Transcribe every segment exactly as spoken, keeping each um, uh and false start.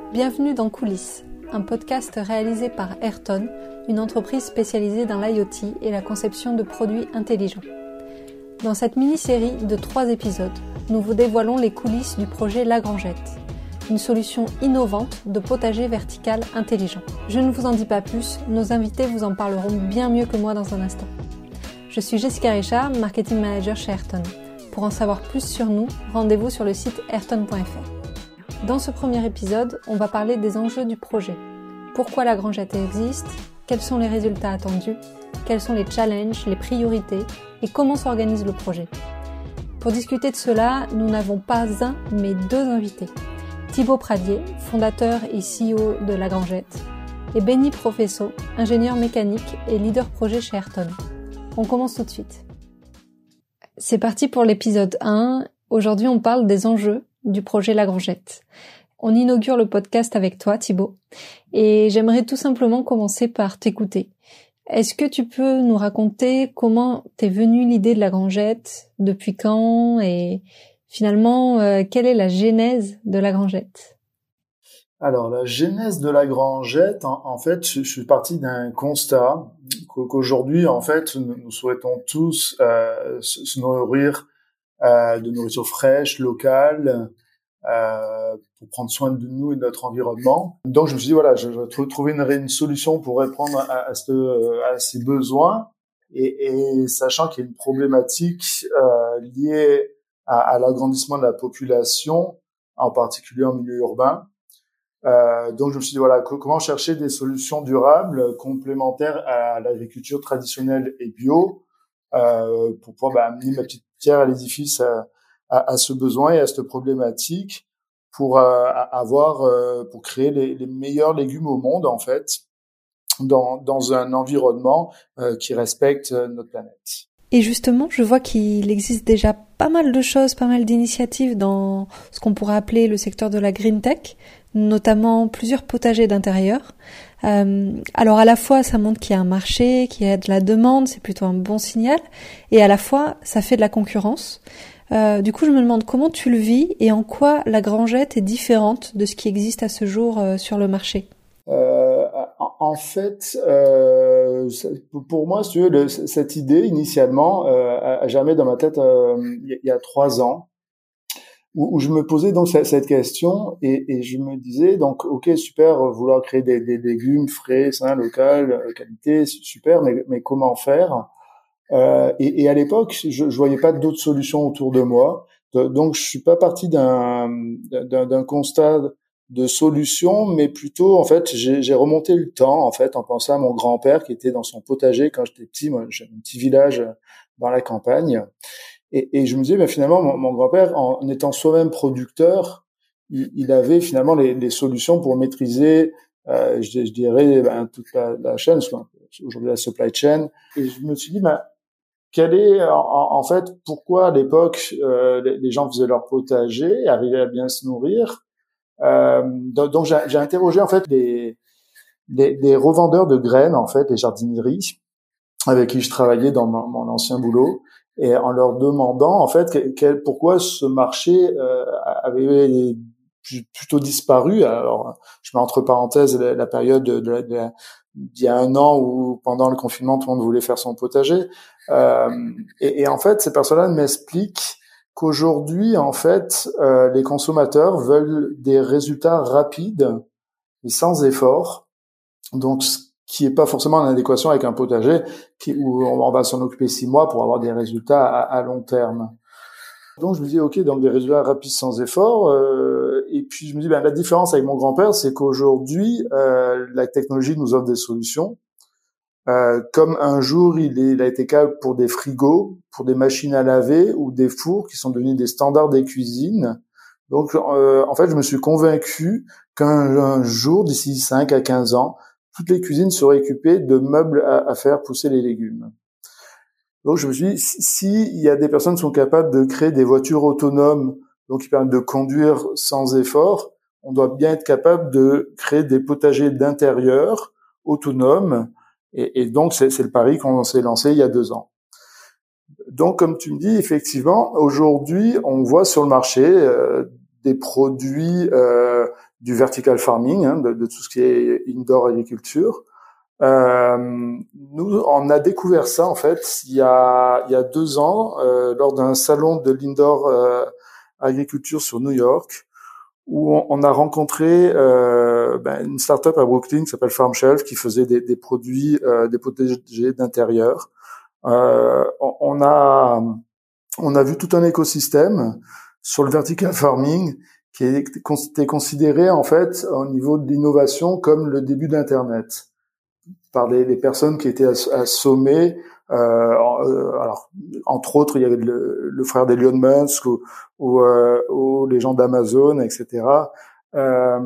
Bienvenue dans Coulisses, un podcast réalisé par Ayrton, une entreprise spécialisée dans l'I O T et la conception de produits intelligents. Dans cette mini-série de trois épisodes, nous vous dévoilons les coulisses du projet La Grangette, une solution innovante de potager vertical intelligent. Je ne vous en dis pas plus, nos invités vous en parleront bien mieux que moi dans un instant. Je suis Jessica Richard, Marketing Manager chez Ayrton. Pour en savoir plus sur nous, rendez-vous sur le site ayrton point f r. Dans ce premier épisode, on va parler des enjeux du projet. Pourquoi la Grangette existe, quels sont les résultats attendus, quels sont les challenges, les priorités et comment s'organise le projet. Pour discuter de cela, nous n'avons pas un, mais deux invités. Thibaut Pradier, fondateur et C E O de la Grangette, et Benny Professo, ingénieur mécanique et leader projet chez Ayrton. On commence tout de suite. C'est parti pour l'épisode un. Aujourd'hui, on parle des enjeux du projet La Grangette. On inaugure le podcast avec toi, Thibaut, et j'aimerais tout simplement commencer par t'écouter. Est-ce que tu peux nous raconter comment t'es venue l'idée de La Grangette, depuis quand, et finalement, euh, quelle est la genèse de La Grangette? Alors, la genèse de La Grangette, en, en fait, je, je suis parti d'un constat qu'aujourd'hui, en fait, nous, nous souhaitons tous euh, se, se nourrir euh, de nourriture fraîche, locale, euh, pour prendre soin de nous et de notre environnement. Donc, je me suis dit, voilà, je, je vais trouver une, une solution pour répondre à, à, ce, à ces besoins, et, et sachant qu'il y a une problématique euh, liée à, à l'agrandissement de la population, en particulier en milieu urbain. Euh, donc, je me suis dit, voilà, comment chercher des solutions durables, complémentaires à l'agriculture traditionnelle et bio, euh, pour pouvoir bah, amener ma petite pierre à l'édifice à, à, à ce besoin et à cette problématique, pour euh, avoir, euh, pour créer les, les meilleurs légumes au monde, en fait, dans, dans un environnement euh, qui respecte notre planète. Et justement, je vois qu'il existe déjà pas mal de choses, pas mal d'initiatives dans ce qu'on pourrait appeler le secteur de la green tech, notamment plusieurs potagers d'intérieur. Euh, alors à la fois, ça montre qu'il y a un marché, qu'il y a de la demande, c'est plutôt un bon signal, et à la fois, ça fait de la concurrence. Euh, du coup, je me demande comment tu le vis et en quoi la Grangette est différente de ce qui existe à ce jour euh, sur le marché. Euh, en fait, euh, pour moi, si tu veux, le, cette idée initialement euh, a jamais dans ma tête euh, il y a trois ans, où, où je me posais donc cette, cette question et, et je me disais donc ok, super, vouloir créer des, des légumes frais, sains, locaux, qualité, super, mais, mais comment faire? euh, et, et à l'époque, je, je voyais pas d'autres solutions autour de moi, donc je suis pas parti d'un d'un, d'un constat de solution, mais plutôt en fait j'ai, j'ai remonté le temps en fait en pensant à mon grand-père qui était dans son potager quand j'étais petit. Moi j'ai un petit village dans la campagne, et, et je me disais ben finalement mon, mon grand-père, en étant soi-même producteur, il, il avait finalement les, les solutions pour maîtriser euh, je, je dirais ben, toute la, la chaîne, aujourd'hui la supply chain. Et je me suis dit ben quel est en, en fait pourquoi à l'époque euh, les, les gens faisaient leur potager, arrivaient à bien se nourrir. Euh, donc j'ai, j'ai interrogé en fait des, des, des revendeurs de graines, en fait, des jardineries avec qui je travaillais dans mon, mon ancien boulot, et en leur demandant en fait quel, pourquoi ce marché euh, avait plutôt disparu. Alors je mets entre parenthèses la, la période de, de, de, d'il y a un an où pendant le confinement tout le monde voulait faire son potager, euh, et, et en fait ces personnes-là m'expliquent qu'aujourd'hui, en fait, euh, les consommateurs veulent des résultats rapides et sans effort, donc ce qui est pas forcément en adéquation avec un potager qui, où on va s'en occuper six mois pour avoir des résultats à, à long terme. Donc je me dis ok, donc des résultats rapides sans effort, euh, et puis je me dis ben la différence avec mon grand-père, c'est qu'aujourd'hui euh, la technologie nous offre des solutions. Euh, comme un jour, il, est, il a été capable pour des frigos, pour des machines à laver ou des fours qui sont devenus des standards des cuisines. Donc, euh, en fait, je me suis convaincu qu'un un jour, d'ici cinq à quinze ans, toutes les cuisines seraient équipées de meubles à, à faire pousser les légumes. Donc, je me suis dit, si il y a des personnes qui sont capables de créer des voitures autonomes, donc qui permettent de conduire sans effort, on doit bien être capable de créer des potagers d'intérieur autonomes. Et, et donc, c'est, c'est le pari qu'on s'est lancé il y a deux ans. Donc, comme tu me dis, effectivement, aujourd'hui, on voit sur le marché euh, des produits euh, du vertical farming, hein, de, de tout ce qui est indoor agriculture. Euh, nous, on a découvert ça en fait il y a il y a deux ans euh, lors d'un salon de l'indoor euh, agriculture sur New York, où on, on a rencontré euh, ben, une start-up à Brooklyn qui s'appelle Farm Shelf, qui faisait des, des produits, euh, des potagers d'intérieur. Euh, on, on a on a vu tout un écosystème sur le vertical farming qui était considéré en fait au niveau de l'innovation comme le début d'Internet, par les, les personnes qui étaient assommées. Euh, euh, alors, entre autres, il y avait le, le frère d'Elon Musk ou, ou, euh, ou les gens d'Amazon, et cetera. Euh,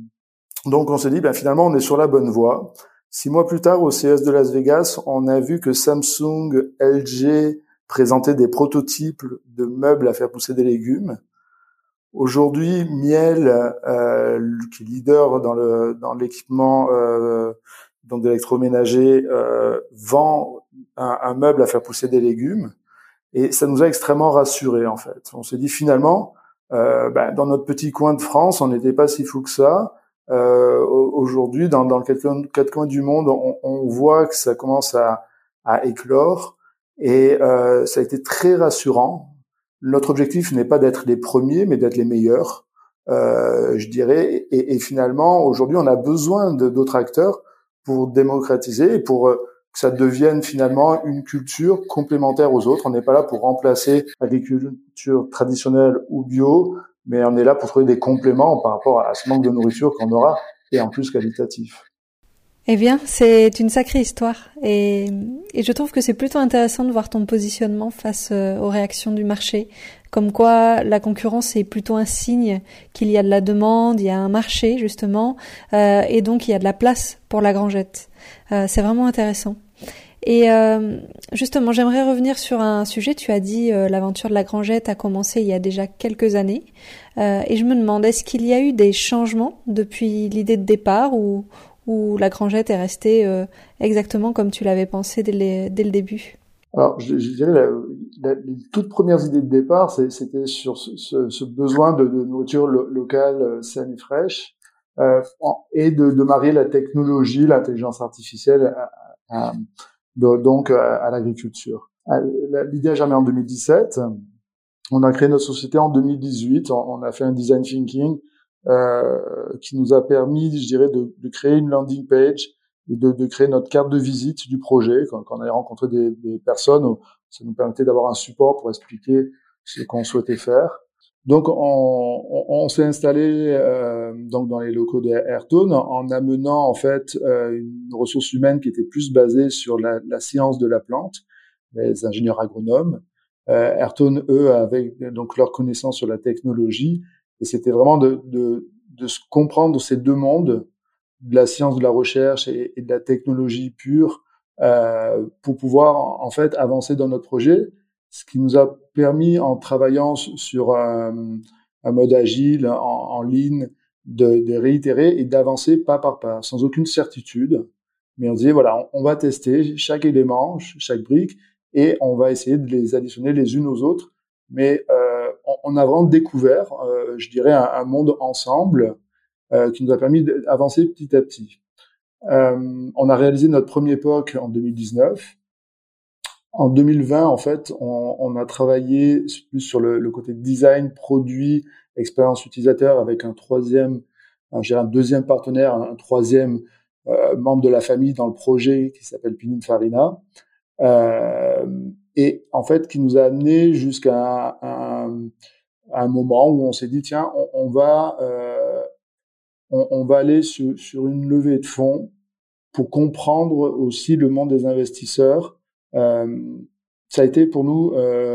donc, on s'est dit, ben finalement, on est sur la bonne voie. Six mois plus tard, au C E S de Las Vegas, on a vu que Samsung, L G présentaient des prototypes de meubles à faire pousser des légumes. Aujourd'hui, Miele, euh, qui est leader dans le dans l'équipement euh, donc d'électroménager, euh, vend un, un meuble à faire pousser des légumes, et ça nous a extrêmement rassurés en fait. On s'est dit finalement, euh, ben, dans notre petit coin de France, on n'était pas si fou que ça. Euh, aujourd'hui, dans, dans le quatre coins du monde, on, on voit que ça commence à, à éclore, et euh, ça a été très rassurant. Notre objectif n'est pas d'être les premiers, mais d'être les meilleurs, euh, je dirais. Et, et finalement, aujourd'hui, on a besoin de d'autres acteurs pour démocratiser et pour que ça devienne finalement une culture complémentaire aux autres. On n'est pas là pour remplacer l'agriculture traditionnelle ou bio, mais on est là pour trouver des compléments par rapport à ce manque de nourriture qu'on aura, et en plus qualitatif. Eh bien, c'est une sacrée histoire, et, et je trouve que c'est plutôt intéressant de voir ton positionnement face aux réactions du marché, comme quoi la concurrence est plutôt un signe qu'il y a de la demande, il y a un marché justement, euh, et donc il y a de la place pour la grangette. Euh, c'est vraiment intéressant. Et euh, justement, j'aimerais revenir sur un sujet. Tu as dit euh, l'aventure de la grangette a commencé il y a déjà quelques années, euh, et je me demande, est-ce qu'il y a eu des changements depuis l'idée de départ, ou où la grangette est restée euh, exactement comme tu l'avais pensé dès, les, dès le début? Alors, je, je dirais, la, la, les toutes premières idées de départ, c'était sur ce, ce, ce besoin de, de nourriture lo, locale, saine et fraîche, euh, et de, de marier la technologie, l'intelligence artificielle, à, à, de, donc à, à l'agriculture. L'idée a germé en deux mille dix-sept. On a créé notre société en deux mille dix-huit. On, on a fait un design thinking Euh, qui nous a permis, je dirais, de, de créer une landing page et de, de créer notre carte de visite du projet. Quand, quand on a rencontré des, des personnes, ça nous permettait d'avoir un support pour expliquer ce qu'on souhaitait faire. Donc, on, on, on s'est installé euh, donc dans les locaux de Airtone en amenant en fait euh, une ressource humaine qui était plus basée sur la, la science de la plante, les ingénieurs agronomes. Euh, Airtone, eux, avec donc leur connaissance sur la technologie. Et c'était vraiment de, de, de se comprendre ces deux mondes, de la science de la recherche et, et de la technologie pure, euh, pour pouvoir en, en fait avancer dans notre projet. Ce qui nous a permis, en travaillant sur un, un mode agile, en, en ligne, de, de réitérer et d'avancer pas par pas, sans aucune certitude. Mais on disait, voilà, on, on va tester chaque élément, chaque brique, et on va essayer de les additionner les unes aux autres. Mais euh, on, on a vraiment découvert, euh, je dirais, un, un monde ensemble euh, qui nous a permis d'avancer petit à petit. Euh, on a réalisé notre premier P O C en deux mille dix-neuf. En deux mille vingt, en fait, on, on a travaillé plus sur le, le côté design, produit, expérience utilisateur, avec un troisième, un, un deuxième partenaire, un, un troisième euh, membre de la famille dans le projet qui s'appelle Pininfarina. Euh, et en fait, qui nous a amené jusqu'à un, un, un moment où on s'est dit, tiens, on, on va, euh, on, on va aller sur, sur une levée de fonds pour comprendre aussi le monde des investisseurs. Euh, ça a été pour nous,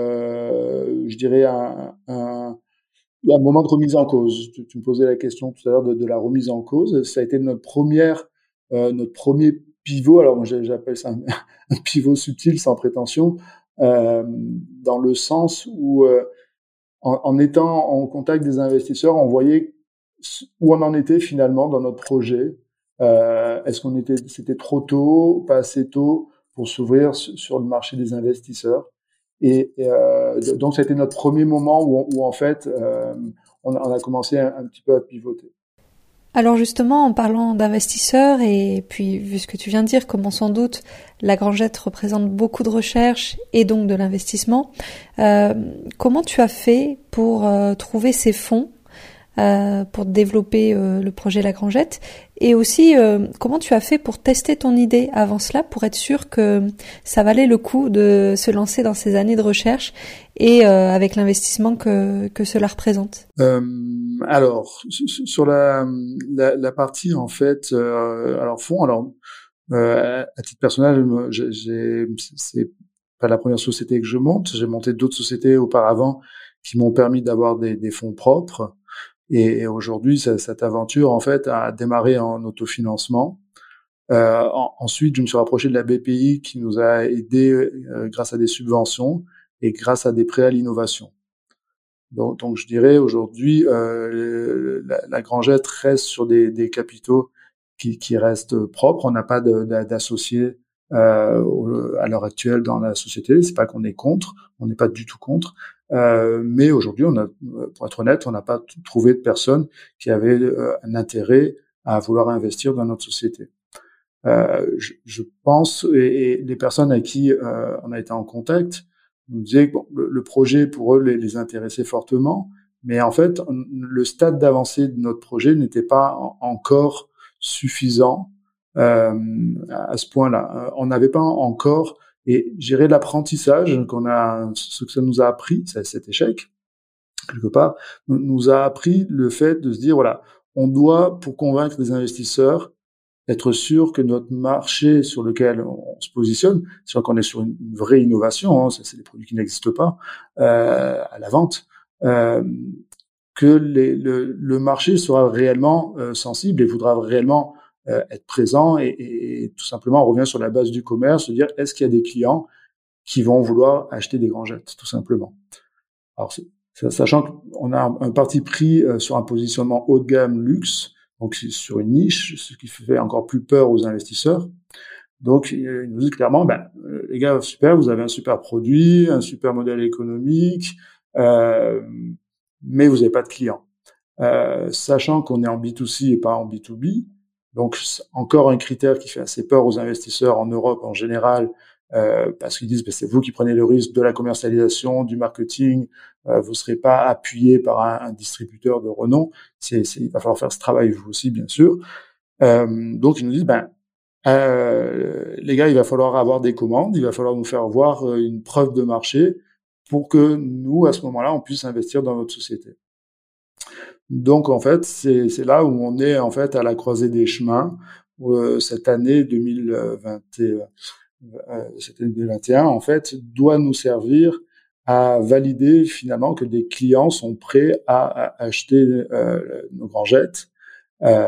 euh, je dirais, un, un, un moment de remise en cause. Tu, tu me posais la question tout à l'heure de, de la remise en cause. Ça a été notre première, euh, notre premier pivot. Alors moi, j'appelle ça un, un pivot subtil, sans prétention, euh, dans le sens où, euh, en, en étant en contact des investisseurs, on voyait où on en était finalement dans notre projet. Euh, est-ce qu'on était, c'était trop tôt, pas assez tôt pour s'ouvrir sur le marché des investisseurs. Et, et euh, donc, ça a été notre premier moment où, où en fait, euh, on a, on a commencé un, un petit peu à pivoter. Alors justement, en parlant d'investisseurs, et puis vu ce que tu viens de dire, comment sans doute la Grangette représente beaucoup de recherche et donc de l'investissement, euh, comment tu as fait pour euh, trouver ces fonds euh, pour développer euh, le projet La Grangette, et aussi euh, comment tu as fait pour tester ton idée avant cela, pour être sûr que ça valait le coup de se lancer dans ces années de recherche et euh, avec l'investissement que, que cela représente. Euh, alors sur la, la, la partie en fait, euh, alors fonds, alors euh, à titre personnel, j'ai, j'ai, c'est pas la première société que je monte. J'ai monté d'autres sociétés auparavant qui m'ont permis d'avoir des, des fonds propres. Et, et aujourd'hui, ça, cette aventure en fait a démarré en autofinancement. Euh, en, ensuite, je me suis rapproché de la B P I qui nous a aidés euh, grâce à des subventions et grâce à des prêts à l'innovation. Donc, donc je dirais aujourd'hui, euh, la, la Grangette reste sur des, des capitaux qui, qui restent propres. On n'a pas de, de, d'associés euh, à l'heure actuelle dans la société. C'est pas qu'on est contre, on n'est pas du tout contre. Euh, mais aujourd'hui, on a, pour être honnête, on n'a pas trouvé de personnes qui avaient euh, un intérêt à vouloir investir dans notre société. Euh, je, je pense, et, et les personnes à qui euh, on a été en contact nous disaient que bon, le, le projet pour eux les, les intéressait fortement, mais en fait, on, le stade d'avancée de notre projet n'était pas en, encore suffisant euh, à ce point-là. On n'avait pas encore, et gérer l'apprentissage qu'on a, ce que ça nous a appris, ça, cet échec quelque part, nous a appris le fait de se dire voilà, on doit, pour convaincre les investisseurs, être sûr que notre marché sur lequel on se positionne, c'est sûr qu'on est sur une vraie innovation, hein, ça c'est des produits qui n'existent pas euh, à la vente, euh, que les, le, le marché sera réellement euh, sensible et voudra réellement euh, être présent et, et, et tout simplement on revient sur la base du commerce, se dire est-ce qu'il y a des clients qui vont vouloir acheter des Grangettes, tout simplement. Alors c'est, sachant qu'on a un, un parti pris euh, sur un positionnement haut de gamme luxe, donc sur une niche, ce qui fait encore plus peur aux investisseurs. Donc il nous dit clairement, ben les gars, super, vous avez un super produit, un super modèle économique, euh, mais vous n'avez pas de clients. Euh, sachant qu'on est en B deux C et pas en B deux B, donc encore un critère qui fait assez peur aux investisseurs en Europe en général, euh, parce qu'ils disent ben, c'est vous qui prenez le risque de la commercialisation, du marketing, euh, vous ne serez pas appuyé par un, un distributeur de renom, c'est, c'est, il va falloir faire ce travail vous aussi bien sûr. Euh, donc ils nous disent ben euh, les gars, il va falloir avoir des commandes, il va falloir nous faire voir une preuve de marché pour que nous à ce moment-là on puisse investir dans votre société. Donc en fait, c'est, c'est là où on est en fait à la croisée des chemins. Euh, cette année deux mille vingt, euh, cette année deux mille vingt et un en fait doit nous servir à valider finalement que des clients sont prêts à, à acheter euh, nos Grangettes. Euh,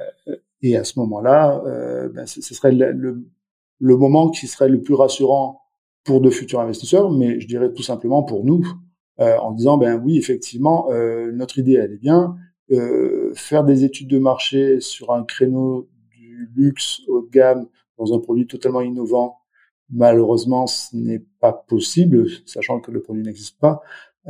et à ce moment-là, euh, ben, ce serait le, le, le moment qui serait le plus rassurant pour de futurs investisseurs, mais je dirais tout simplement pour nous. Euh, en disant ben oui effectivement euh, notre idée elle est bien, euh, faire des études de marché sur un créneau du luxe haut de gamme dans un produit totalement innovant, malheureusement ce n'est pas possible sachant que le produit n'existe pas,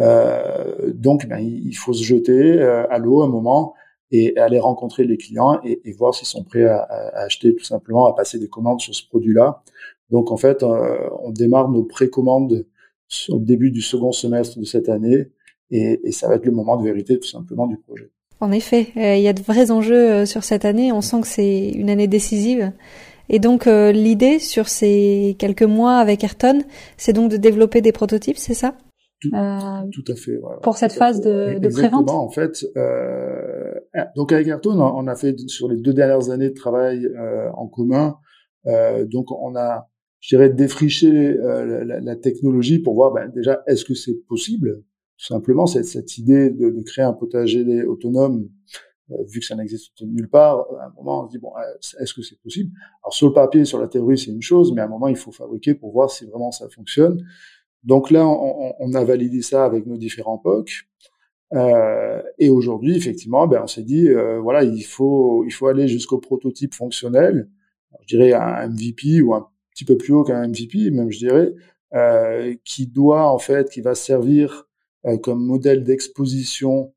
euh, donc ben il faut se jeter euh, à l'eau un moment et aller rencontrer les clients et, et voir s'ils sont prêts à, à acheter tout simplement, à passer des commandes sur ce produit-là. Donc en fait euh, on démarre nos précommandes au début du second semestre de cette année, et, et ça va être le moment de vérité tout simplement du projet. En effet, euh, il y a de vrais enjeux euh, sur cette année, on sent que c'est une année décisive. Et donc euh, l'idée sur ces quelques mois avec Ayrton, c'est donc de développer des prototypes, c'est ça ? Tout, euh, tout à fait. Ouais, pour cette phase de, de prévente. Exactement, en fait. Euh, donc avec Ayrton, on a fait sur les deux dernières années de travail euh, en commun. Euh, donc on a, je dirais, défriché euh, la, la technologie pour voir ben, déjà est-ce que c'est possible. Tout simplement, cette, cette idée de, de créer un potager autonome, euh, vu que ça n'existe nulle part, à un moment on se dit bon, est-ce que c'est possible ? Alors sur le papier, sur la théorie, c'est une chose, mais à un moment il faut fabriquer pour voir si vraiment ça fonctionne. Donc là, on, on a validé ça avec nos différents P O C. Euh, et aujourd'hui, effectivement, ben, on s'est dit, euh, voilà, il faut, il faut aller jusqu'au prototype fonctionnel. Alors, je dirais un M V P ou un petit peu plus haut qu'un M V P, même je dirais, euh, qui doit en fait, qui va servir euh, comme modèle d'exposition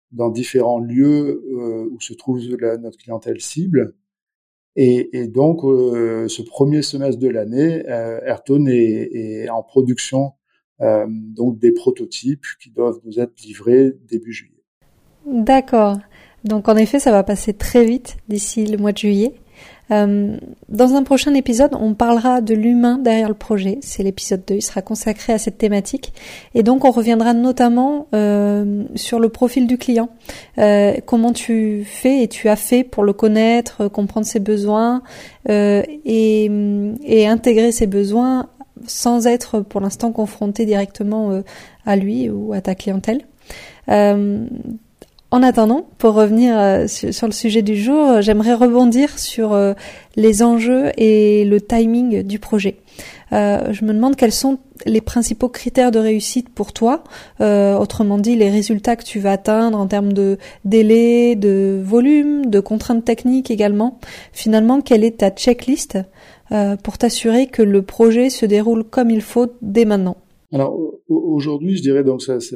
dans différents lieux euh, où se trouve la, notre clientèle cible. Et, et donc, euh, ce premier semestre de l'année, euh, Airtone est, est en production, euh, donc des prototypes qui doivent nous être livrés début juillet. D'accord. Donc en effet, ça va passer très vite d'ici le mois de juillet. Euh, dans un prochain épisode, on parlera de l'humain derrière le projet. C'est l'épisode deux, il sera consacré à cette thématique. Et donc on reviendra notamment euh, sur le profil du client. Euh, comment tu fais et tu as fait pour le connaître, comprendre ses besoins euh, et, et intégrer ses besoins sans être pour l'instant confronté directement euh, à lui ou à ta clientèle. Euh, En attendant, pour revenir euh, sur, sur le sujet du jour, euh, j'aimerais rebondir sur euh, les enjeux et le timing du projet. Euh, je me demande quels sont les principaux critères de réussite pour toi, euh, autrement dit les résultats que tu vas atteindre en termes de délai, de volume, de contraintes techniques également. Finalement, quelle est ta checklist euh, pour t'assurer que le projet se déroule comme il faut dès maintenant? Alors aujourd'hui, je dirais donc ça, ça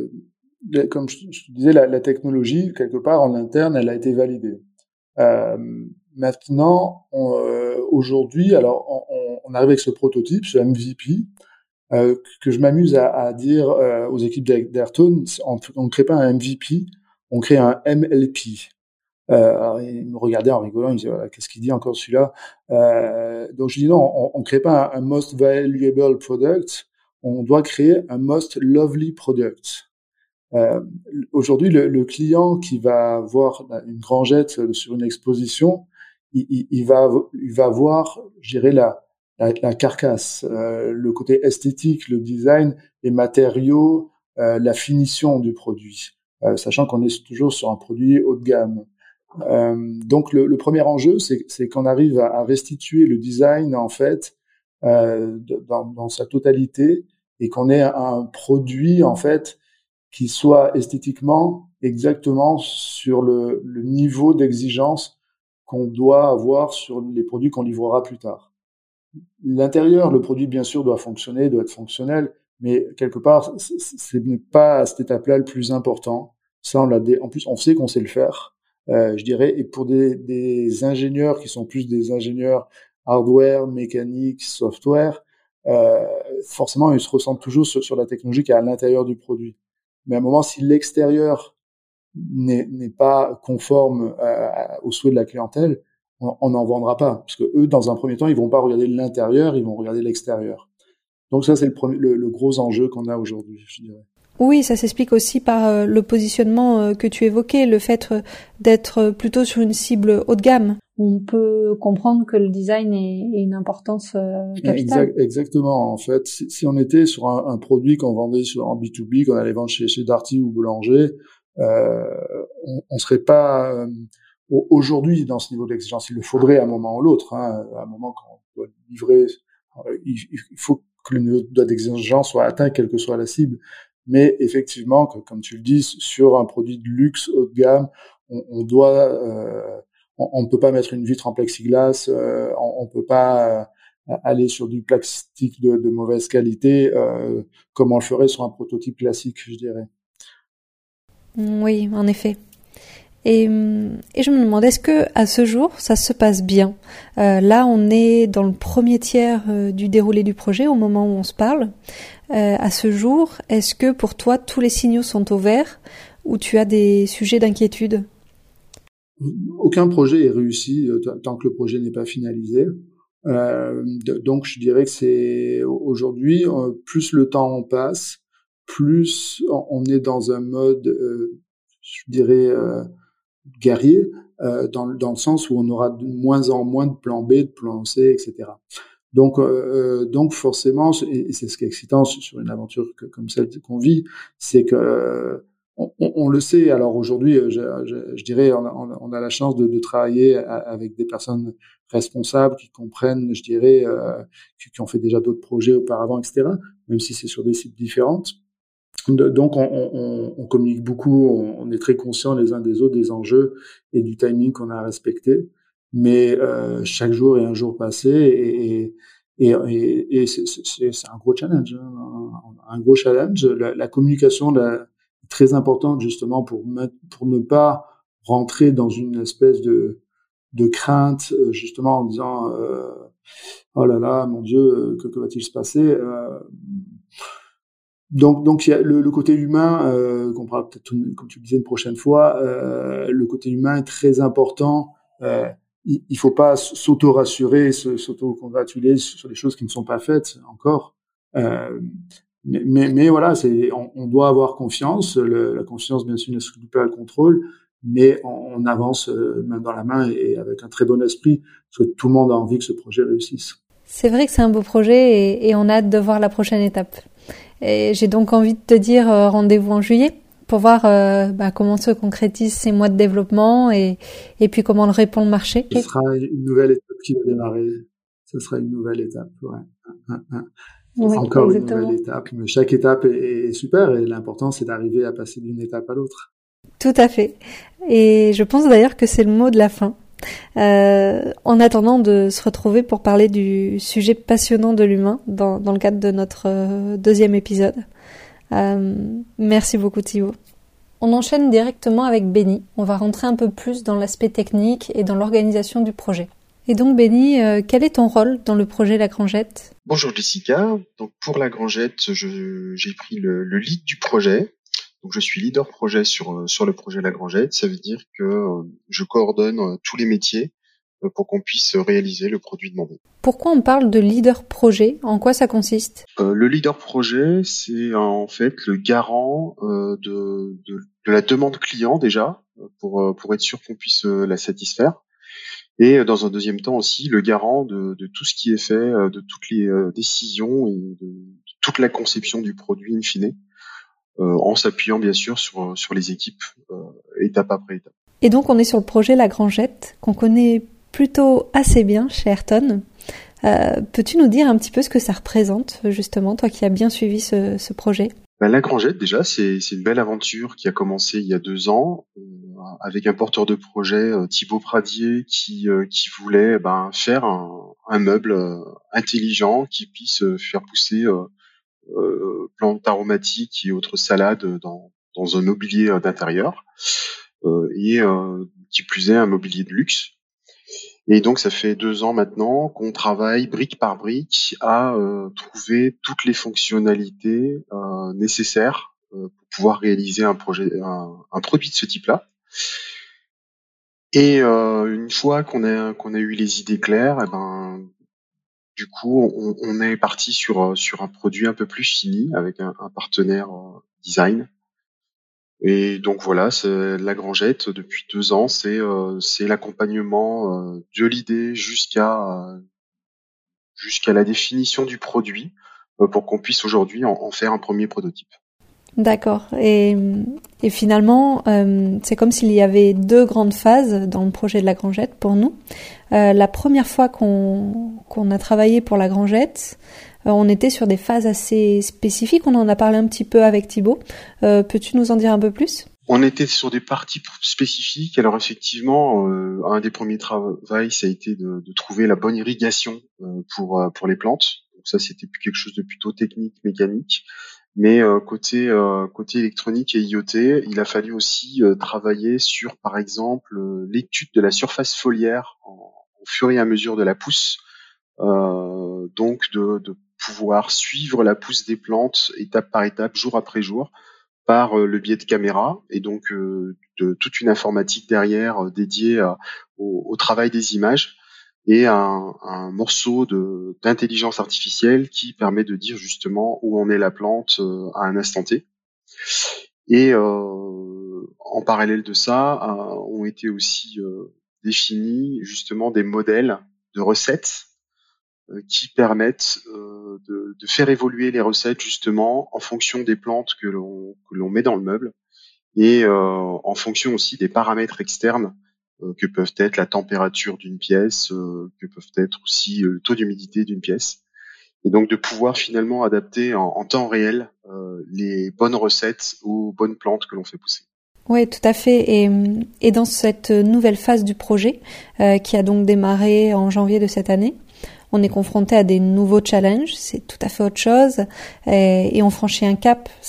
comme je te disais, la, la technologie, quelque part en interne, elle a été validée. Euh, maintenant, on, euh, aujourd'hui, alors on, on arrive avec ce prototype, ce M V P, euh, que je m'amuse à, à dire euh, aux équipes d'Airtone, on ne crée pas un M V P, on crée un M L P. Euh, alors, il me regardait en rigolant, il me disait, voilà, qu'est-ce qu'il dit encore celui-là euh, Donc je dis non, on ne crée pas un, un Most Valuable Product, on doit créer un Most Lovely Product. Euh, aujourd'hui, le, le client qui va voir une grangette sur une exposition, il, il, il va, il va voir, je dirais, la, la, la carcasse, euh, le côté esthétique, le design, les matériaux, euh, la finition du produit, euh, sachant qu'on est toujours sur un produit haut de gamme. Euh, donc, le, le premier enjeu, c'est, c'est qu'on arrive à, à restituer le design, en fait, euh, dans, dans sa totalité, et qu'on ait un produit, en fait, qui soit esthétiquement exactement sur le, le niveau d'exigence qu'on doit avoir sur les produits qu'on livrera plus tard. L'intérieur, le produit, bien sûr, doit fonctionner, doit être fonctionnel, mais quelque part, ce n'est pas à cette étape-là le plus important. Ça, on l'a dé... En plus, on sait qu'on sait le faire, euh, je dirais, et pour des, des ingénieurs qui sont plus des ingénieurs hardware, mécanique, software, euh, forcément, ils se ressentent toujours sur, sur la technologie qui est à l'intérieur du produit. Mais à un moment, si l'extérieur n'est, n'est pas conforme à, au souhait de la clientèle, on n'en vendra pas. Parce que eux, dans un premier temps, ils vont pas regarder l'intérieur, ils vont regarder l'extérieur. Donc ça, c'est le, premier, le, le gros enjeu qu'on a aujourd'hui, je dirais. Oui, ça s'explique aussi par euh, le positionnement euh, que tu évoquais, le fait euh, d'être plutôt sur une cible haut de gamme. On peut comprendre que le design ait, ait une importance euh, capitale. Exact, exactement. En fait, si, si on était sur un, un produit qu'on vendait sur, en B deux B, qu'on allait vendre chez, chez Darty ou Boulanger, euh, on, on serait pas euh, aujourd'hui dans ce niveau d'exigence. Il le faudrait à un moment ou l'autre. Hein, à un moment quand on doit livrer, il, il faut que le niveau d'exigence soit atteint, quelle que soit la cible. Mais effectivement, que, comme tu le dis, sur un produit de luxe haut de gamme, on, on doit, euh, on ne peut pas mettre une vitre en plexiglas, euh, on ne peut pas euh, aller sur du plastique de, de mauvaise qualité, euh, comme on le ferait sur un prototype classique, je dirais. Oui, en effet. Et, et je me demande, est-ce que à ce jour, ça se passe bien ? euh, Là, on est dans le premier tiers euh, du déroulé du projet, au moment où on se parle. Euh, à ce jour, est-ce que pour toi, tous les signaux sont au vert ou tu as des sujets d'inquiétude ? Aucun projet est réussi euh, tant que le projet n'est pas finalisé. Euh, de, donc, je dirais que c'est aujourd'hui, euh, plus le temps passe, plus on est dans un mode, euh, je dirais, euh, guerrier, euh, dans, dans le sens où on aura de moins en moins de plan B, de plan C, et cetera. Donc, euh, donc forcément, et c'est ce qui est excitant sur une aventure que, comme celle qu'on vit, c'est que euh, on, on, on le sait. Alors aujourd'hui, je, je, je dirais, on a, on a la chance de, de travailler avec des personnes responsables qui comprennent, je dirais, euh, qui, qui ont fait déjà d'autres projets auparavant, et cetera. Même si c'est sur des sites différentes. Donc, on, on, on communique beaucoup, on, on est très conscients les uns des autres des enjeux et du timing qu'on a à respecter. Mais euh, chaque jour est un jour passé et, et, et, et c'est, c'est, c'est un gros challenge, hein, un, un gros challenge. La, la communication la, est très importante justement pour mettre, pour ne pas rentrer dans une espèce de de crainte justement en disant euh, oh là là mon Dieu que, que va-t-il se passer euh, donc donc il y a le, le côté humain euh, qu'on parlera peut-être comme tu le disais une prochaine fois euh, le côté humain est très important euh, il, il faut pas s'auto-rassurer s'auto-congratuler sur des choses qui ne sont pas faites encore euh, mais, mais mais voilà c'est on, on doit avoir confiance le, la confiance bien sûr n'exclut pas le contrôle mais on, on avance euh, main dans la main et, et avec un très bon esprit, parce que tout le monde a envie que ce projet réussisse. C'est vrai que c'est un beau projet et, et on a hâte de voir la prochaine étape. Et j'ai donc envie de te dire euh, rendez-vous en juillet pour voir euh, bah, comment se concrétisent ces mois de développement et, et puis comment le répond le marché. Ce sera une nouvelle étape qui va démarrer. Ce sera une nouvelle étape, ouais. Un, un, un. Oui, encore exactement. Une nouvelle étape. Mais chaque étape est, est super et l'important c'est d'arriver à passer d'une étape à l'autre. Tout à fait. Et je pense d'ailleurs que c'est le mot de la fin. Euh, en attendant de se retrouver pour parler du sujet passionnant de l'humain dans, dans le cadre de notre euh, deuxième épisode. Euh, merci beaucoup Thibaut. On enchaîne directement avec Benny. On va rentrer un peu plus dans l'aspect technique et dans l'organisation du projet. Et donc Benny, euh, quel est ton rôle dans le projet La Grangette ? Bonjour Jessica. Donc pour La Grangette, je, j'ai pris le, le lead du projet. Donc je suis leader projet sur sur le projet La Grangette. Ça veut dire que euh, je coordonne euh, tous les métiers euh, pour qu'on puisse réaliser le produit demandé. Pourquoi on parle de leader projet ? En quoi ça consiste ? euh, Le leader projet, c'est en fait le garant euh, de, de de la demande client déjà pour pour être sûr qu'on puisse euh, la satisfaire. Et dans un deuxième temps aussi le garant de, de tout ce qui est fait, de toutes les euh, décisions et de, de toute la conception du produit in fine. Euh, en s'appuyant bien sûr sur sur les équipes euh, étape après étape. Et donc on est sur le projet La Grangette qu'on connaît plutôt assez bien chez Ayrton. Euh, peux-tu nous dire un petit peu ce que ça représente justement, toi qui as bien suivi ce, ce projet ? Ben, La Grangette déjà c'est c'est une belle aventure qui a commencé il y a deux ans euh, avec un porteur de projet euh, Thibaut Pradier qui euh, qui voulait ben faire un, un meuble euh, intelligent qui puisse euh, faire pousser euh, Euh, plantes aromatiques et autres salades dans, dans un mobilier euh, d'intérieur euh, et euh, qui plus est un mobilier de luxe. Et donc ça fait deux ans maintenant qu'on travaille brique par brique à euh, trouver toutes les fonctionnalités euh, nécessaires euh, pour pouvoir réaliser un projet, un, un produit de ce type-là. Et euh, une fois qu'on a qu'on a eu les idées claires, eh ben du coup, on, on est parti sur sur un produit un peu plus fini avec un, un partenaire euh, design. Et donc voilà, c'est La Grangette depuis deux ans, c'est euh, c'est l'accompagnement euh, de l'idée jusqu'à euh, jusqu'à la définition du produit euh, pour qu'on puisse aujourd'hui en, en faire un premier prototype. D'accord. Et, et finalement, euh, c'est comme s'il y avait deux grandes phases dans le projet de La Grangette pour nous. Euh, la première fois qu'on, qu'on a travaillé pour La Grangette, euh, on était sur des phases assez spécifiques. On en a parlé un petit peu avec Thibaut. Euh, peux-tu nous en dire un peu plus ? On était sur des parties spécifiques. Alors effectivement, euh, un des premiers travaux, ça a été de, de trouver la bonne irrigation euh, pour pour les plantes. Donc ça, c'était quelque chose de plutôt technique, mécanique. Mais euh, côté euh, côté électronique et I O T, il a fallu aussi euh, travailler sur, par exemple, euh, l'étude de la surface foliaire en, au fur et à mesure de la pousse. Euh, donc de, de pouvoir suivre la pousse des plantes étape par étape, jour après jour, par euh, le biais de caméras et donc euh, de toute une informatique derrière euh, dédiée à, au, au travail des images. Et un, un morceau de, d'intelligence artificielle qui permet de dire justement où en est la plante euh, à un instant T. Et euh, en parallèle de ça, euh, ont été aussi euh, définis justement des modèles de recettes euh, qui permettent euh, de, de faire évoluer les recettes justement en fonction des plantes que l'on, que l'on met dans le meuble et euh, en fonction aussi des paramètres externes que peuvent être la température d'une pièce, euh, que peuvent être aussi le taux d'humidité d'une pièce. Et donc de pouvoir finalement adapter en, en temps réel euh, les bonnes recettes aux bonnes plantes que l'on fait pousser. Oui, tout à fait. Et, et dans cette nouvelle phase du projet, euh, qui a donc démarré en janvier de cette année, on est confronté à des nouveaux challenges, c'est tout à fait autre chose, et, et on franchit un cap, c'est ça ?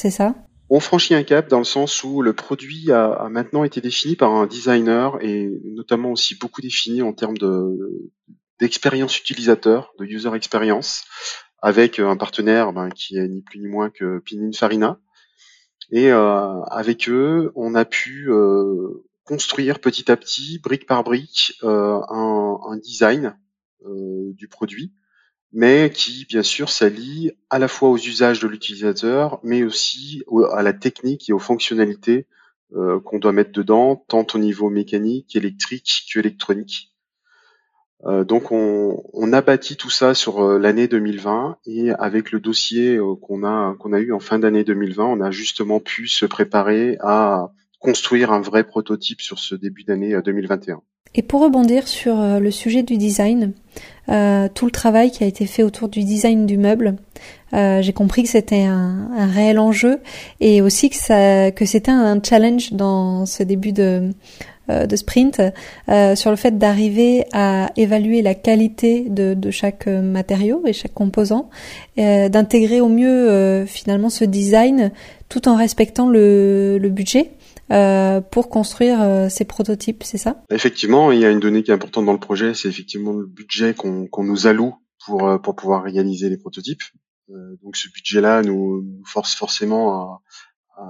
On franchit un cap dans le sens où le produit a, a maintenant été défini par un designer et notamment aussi beaucoup défini en termes de d'expérience utilisateur, de user experience, avec un partenaire ben, qui est ni plus ni moins que Pininfarina. Et euh, avec eux, on a pu euh, construire petit à petit, brique par brique, euh, un, un design euh, du produit, mais qui, bien sûr, s'allie à la fois aux usages de l'utilisateur, mais aussi au- à la technique et aux fonctionnalités euh, qu'on doit mettre dedans, tant au niveau mécanique, électrique qu'électronique. Euh, donc on, on a bâti tout ça sur euh, l'année deux mille vingt et avec le dossier euh, qu'on a qu'on a eu en fin d'année deux mille vingt, on a justement pu se préparer à construire un vrai prototype sur ce début d'année euh, deux mille vingt et un. Et pour rebondir sur euh, le sujet du design, euh, tout le travail qui a été fait autour du design du meuble, euh, j'ai compris que c'était un, un réel enjeu et aussi que ça que c'était un challenge dans ce début de euh, de sprint euh, sur le fait d'arriver à évaluer la qualité de, de chaque matériau et chaque composant, euh, d'intégrer au mieux euh, finalement ce design tout en respectant le, le budget. Euh, pour construire euh, ces prototypes, c'est ça ? Effectivement, il y a une donnée qui est importante dans le projet, c'est effectivement le budget qu'on qu'on nous alloue pour euh, pour pouvoir réaliser les prototypes. Euh, donc ce budget-là nous, nous force forcément à,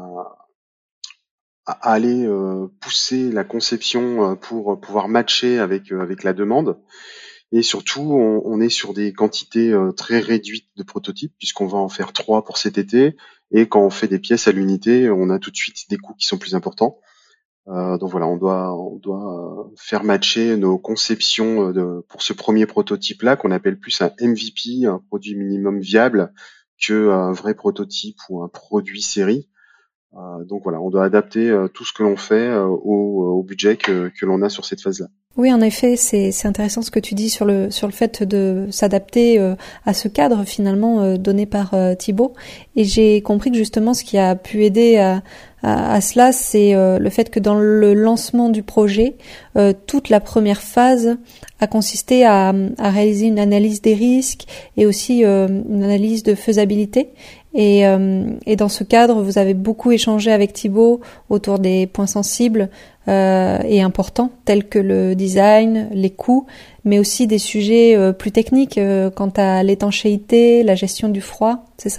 à, à aller euh, pousser la conception euh, pour pouvoir matcher avec euh, avec la demande. Et surtout, on, on est sur des quantités euh, très réduites de prototypes puisqu'on va en faire trois pour cet été. Et quand on fait des pièces à l'unité, on a tout de suite des coûts qui sont plus importants. Euh, donc voilà, on doit, on doit euh, faire matcher nos conceptions euh, de, pour ce premier prototype-là, qu'on appelle plus un M V P, un produit minimum viable, que un vrai prototype ou un produit série. Euh, donc voilà, on doit adapter euh, tout ce que l'on fait euh, au, au budget que, que l'on a sur cette phase-là. Oui, en effet, c'est c'est intéressant ce que tu dis sur le sur le fait de s'adapter euh, à ce cadre finalement euh, donné par euh, Thibaut. Et j'ai compris que justement ce qui a pu aider à à, à cela, c'est euh, le fait que dans le lancement du projet, euh, toute la première phase a consisté à, à réaliser une analyse des risques et aussi euh, une analyse de faisabilité. Et, euh, et dans ce cadre, vous avez beaucoup échangé avec Thibaut autour des points sensibles euh, et importants, tels que le design, les coûts, mais aussi des sujets euh, plus techniques euh, quant à l'étanchéité, la gestion du froid, c'est ça ?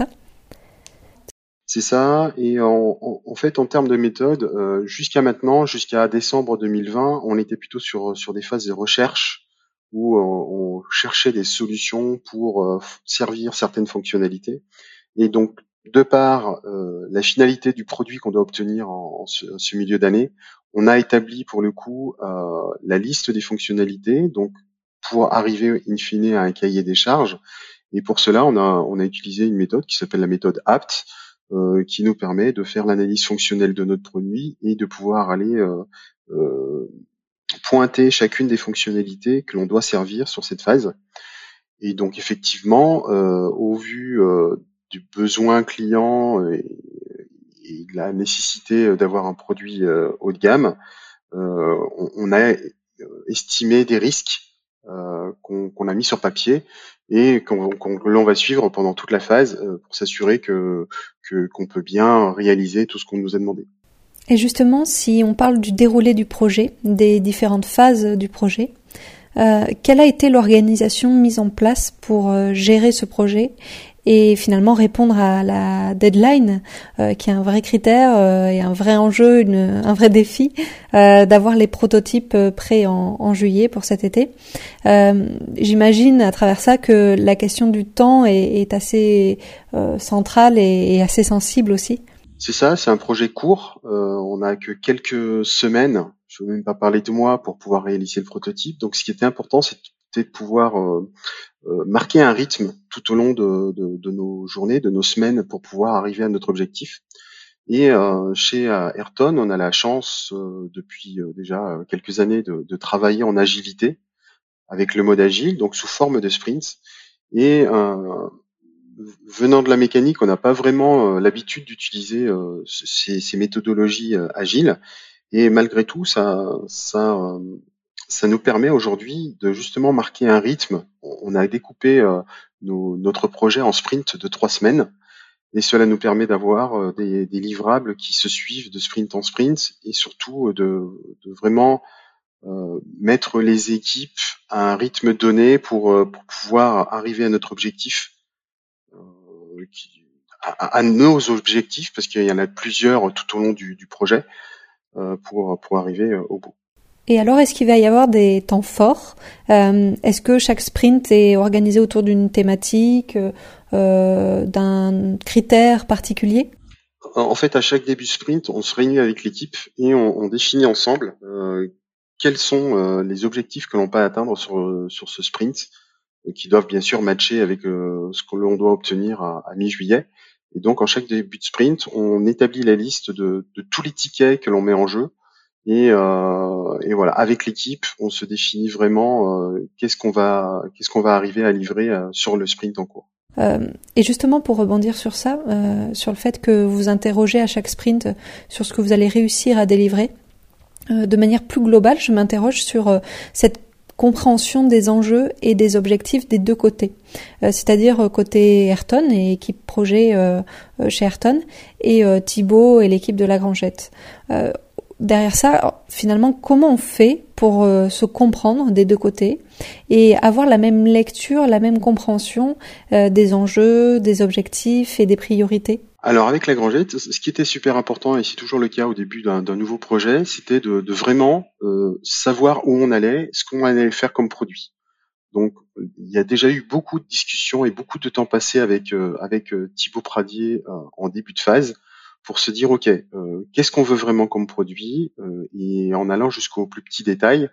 C'est ça. Et en, en, en fait, en termes de méthode, euh, jusqu'à maintenant, jusqu'à décembre deux mille vingt, on était plutôt sur sur des phases de recherche où on, on cherchait des solutions pour euh, servir certaines fonctionnalités. Et donc, de par euh, la finalité du produit qu'on doit obtenir en, en ce, ce milieu d'année, on a établi pour le coup euh, la liste des fonctionnalités, donc pour arriver in fine à un cahier des charges. Et pour cela, on a, on a utilisé une méthode qui s'appelle la méthode A P T, euh, qui nous permet de faire l'analyse fonctionnelle de notre produit et de pouvoir aller euh, euh, pointer chacune des fonctionnalités que l'on doit servir sur cette phase. Et donc effectivement, euh, au vu euh, du besoin client et, et de la nécessité d'avoir un produit euh, haut de gamme, euh, on, on a estimé des risques euh, qu'on qu'on a mis sur papier et qu'on qu'on- que l'on va suivre pendant toute la phase euh, pour s'assurer que que- qu'on peut bien réaliser tout ce qu'on nous a demandé. Et justement, si on parle du déroulé du projet, des différentes phases du projet, euh, quelle a été l'organisation mise en place pour euh, gérer ce projet et finalement répondre à la deadline, euh, qui est un vrai critère euh, et un vrai enjeu, une, un vrai défi, euh, d'avoir les prototypes prêts en, en juillet pour cet été. Euh, j'imagine à travers ça que la question du temps est, est assez euh, centrale et, et assez sensible aussi. C'est ça, c'est un projet court. Euh, on n'a que quelques semaines, je ne veux même pas parler de mois, pour pouvoir réaliser le prototype. Donc, ce qui était important, c'était de pouvoir euh, euh, marquer un rythme tout au long de, de, de nos journées, de nos semaines, pour pouvoir arriver à notre objectif. Et euh, chez euh, Ayrton, on a la chance, euh, depuis euh, déjà quelques années, de, de travailler en agilité avec le mode agile, donc sous forme de sprints. Et euh, venant de la mécanique, on n'a pas vraiment euh, l'habitude d'utiliser euh, ces, ces méthodologies euh, agiles. Et malgré tout, ça, ça, euh, ça nous permet aujourd'hui de justement marquer un rythme. On a découpé euh, nos- notre projet en sprint de trois semaines. et cela nous permet d'avoir euh, des, des livrables qui se suivent de sprint en sprint et surtout euh, de, de vraiment euh, mettre les équipes à un rythme donné pour, euh, pour pouvoir arriver à notre objectif, euh, qui, à, à nos objectifs, parce qu'il y en a plusieurs tout au long du, du projet, euh, pour, pour arriver euh, au bout. Et alors, est-ce qu'il va y avoir des temps forts? euh, Est-ce que chaque sprint est organisé autour d'une thématique, euh, d'un critère particulier? En fait, à chaque début de sprint, on se réunit avec l'équipe et on, on définit ensemble euh, quels sont euh, les objectifs que l'on peut atteindre sur, sur ce sprint, euh, qui doivent bien sûr matcher avec euh, ce que l'on doit obtenir à, à mi-juillet. Et donc, en chaque début de sprint, on établit la liste de, de tous les tickets que l'on met en jeu. Et, euh, et voilà, avec l'équipe, on se définit vraiment euh, qu'est-ce qu'on va, qu'est-ce qu'on va arriver à livrer euh, sur le sprint en cours. Euh, et justement, pour rebondir sur ça, euh, sur le fait que vous interrogez à chaque sprint sur ce que vous allez réussir à délivrer, euh, de manière plus globale, je m'interroge sur euh, cette compréhension des enjeux et des objectifs des deux côtés. Euh, c'est-à-dire côté Ayrton et équipe projet euh, chez Ayrton, et euh, Thibaut et l'équipe de La Grangette. Euh, Derrière ça, finalement, comment on fait pour euh, se comprendre des deux côtés et avoir la même lecture, la même compréhension euh, des enjeux, des objectifs et des priorités? Alors avec La Grangette, ce qui était super important, et c'est toujours le cas au début d'un, d'un nouveau projet, c'était de, de vraiment euh, savoir où on allait, ce qu'on allait faire comme produit. Donc il y a déjà eu beaucoup de discussions et beaucoup de temps passé avec euh, avec euh, Thibaut Pradier euh, en début de phase pour se dire ok, euh, qu'est-ce qu'on veut vraiment comme produit, euh, et en allant jusqu'au plus petit détail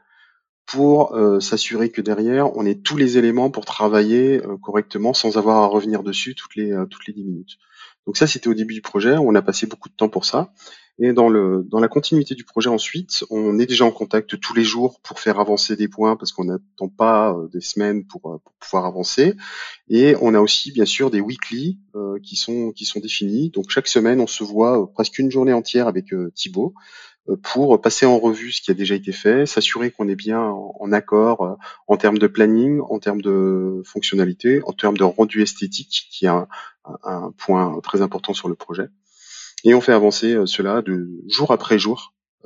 pour euh, s'assurer que derrière on ait tous les éléments pour travailler euh, correctement sans avoir à revenir dessus toutes les euh, toutes les dix minutes. Donc ça, c'était au début du projet, on a passé beaucoup de temps pour ça. Et dans le dans la continuité du projet ensuite, on est déjà en contact tous les jours pour faire avancer des points parce qu'on n'attend pas euh, des semaines pour, euh, pour pouvoir avancer. Et on a aussi bien sûr des weekly euh, qui sont qui sont définis. Donc chaque semaine, on se voit euh, presque une journée entière avec euh, Thibaut euh, pour passer en revue ce qui a déjà été fait, s'assurer qu'on est bien en, en accord euh, en termes de planning, en termes de fonctionnalité, en termes de rendu esthétique, qui est un, un, un point très important sur le projet. Et on fait avancer euh, cela de jour après jour euh,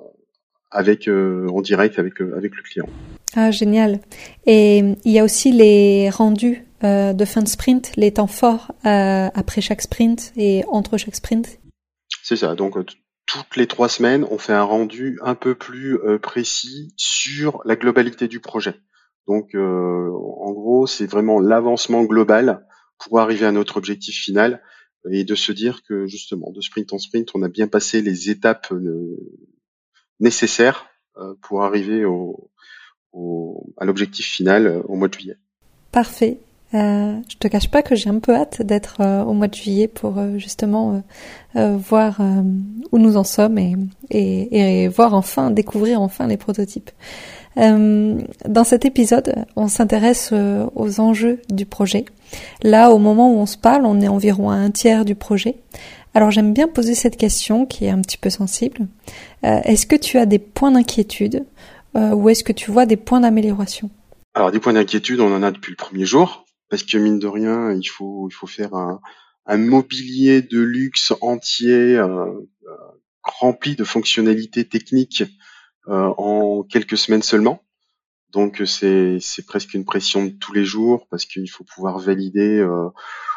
avec euh, en direct avec euh, avec le client. Ah, génial. Et il y a aussi les rendus euh, de fin de sprint, les temps forts euh, après chaque sprint et entre chaque sprint. C'est ça. Donc euh, toutes les trois semaines, on fait un rendu un peu plus euh, précis sur la globalité du projet. Donc euh, en gros, c'est vraiment l'avancement global pour arriver à notre objectif final et de se dire que justement, de sprint en sprint, on a bien passé les étapes euh, nécessaires euh, pour arriver au, au, à l'objectif final euh, au mois de juillet. Parfait. Euh, je te cache pas que j'ai un peu hâte d'être euh, au mois de juillet pour euh, justement euh, euh, voir euh, où nous en sommes et, et, et voir enfin, découvrir enfin les prototypes. Euh, dans cet épisode, on s'intéresse euh, aux enjeux du projet. Là, au moment où on se parle, on est environ à un tiers du projet. Alors j'aime bien poser cette question qui est un petit peu sensible. Euh, est-ce que tu as des points d'inquiétude euh, ou est-ce que tu vois des points d'amélioration? Alors des points d'inquiétude, on en a depuis le premier jour, parce que mine de rien, il faut il faut faire un, un mobilier de luxe entier euh, euh, rempli de fonctionnalités techniques euh, en quelques semaines seulement. Donc c'est c'est presque une pression de tous les jours parce qu'il faut pouvoir valider euh,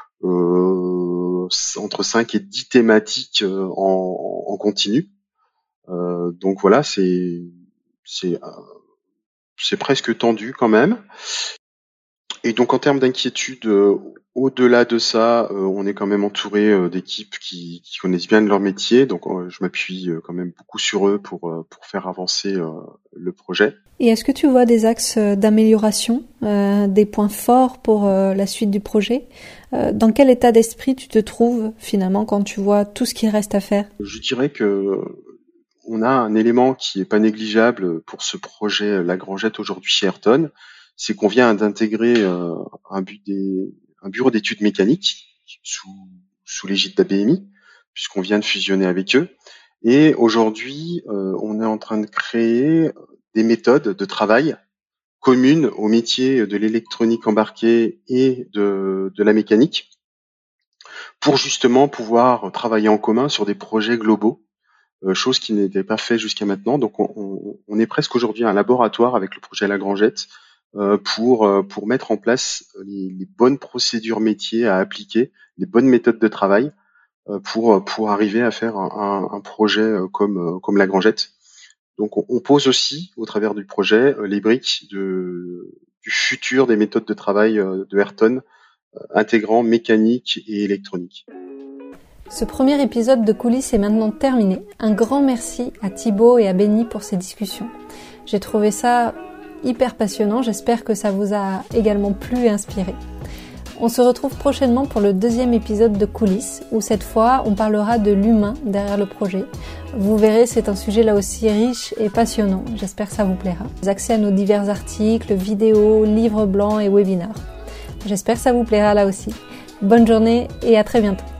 euh, entre cinq et dix thématiques euh, en, en continu. Euh, donc voilà, c'est c'est euh, c'est presque tendu quand même. Et donc en termes d'inquiétude, euh, au-delà de ça, euh, on est quand même entouré euh, d'équipes qui, qui connaissent bien leur métier, donc euh, je m'appuie euh, quand même beaucoup sur eux pour, euh, pour faire avancer euh, le projet. Et est-ce que tu vois des axes d'amélioration, euh, des points forts pour euh, la suite du projet? euh, Dans quel état d'esprit tu te trouves finalement quand tu vois tout ce qui reste à faire? Je dirais que on a un élément qui est pas négligeable pour ce projet La Grangette aujourd'hui chez Ayrton, c'est qu'on vient d'intégrer euh, un, bu- des, un bureau d'études mécaniques sous, sous l'égide d'A B M I, puisqu'on vient de fusionner avec eux. Et aujourd'hui, euh, on est en train de créer des méthodes de travail communes au métier de l'électronique embarquée et de, de la mécanique pour justement pouvoir travailler en commun sur des projets globaux, euh, chose qui n'était pas faite jusqu'à maintenant. Donc on, on, on est presque aujourd'hui un laboratoire avec le projet La Grangette euh, pour euh, pour mettre en place les, les bonnes procédures métiers à appliquer, les bonnes méthodes de travail euh, pour pour arriver à faire un, un, un projet euh, comme euh, comme La Grangette. Donc on, on pose aussi au travers du projet euh, les briques de du futur des méthodes de travail euh, de Ayrton, intégrant mécanique et électronique. Ce premier épisode de Coulisses est maintenant terminé. Un grand merci à Thibaut et à Benny pour ces discussions. J'ai trouvé ça hyper passionnant, j'espère que ça vous a également plu et inspiré. On se retrouve prochainement pour le deuxième épisode de Coulisses, où cette fois on parlera de l'humain derrière le projet. Vous verrez, c'est un sujet là aussi riche et passionnant, j'espère que ça vous plaira. Accès à nos divers articles, vidéos, livres blancs et webinaires. J'espère que ça vous plaira là aussi. Bonne journée et à très bientôt.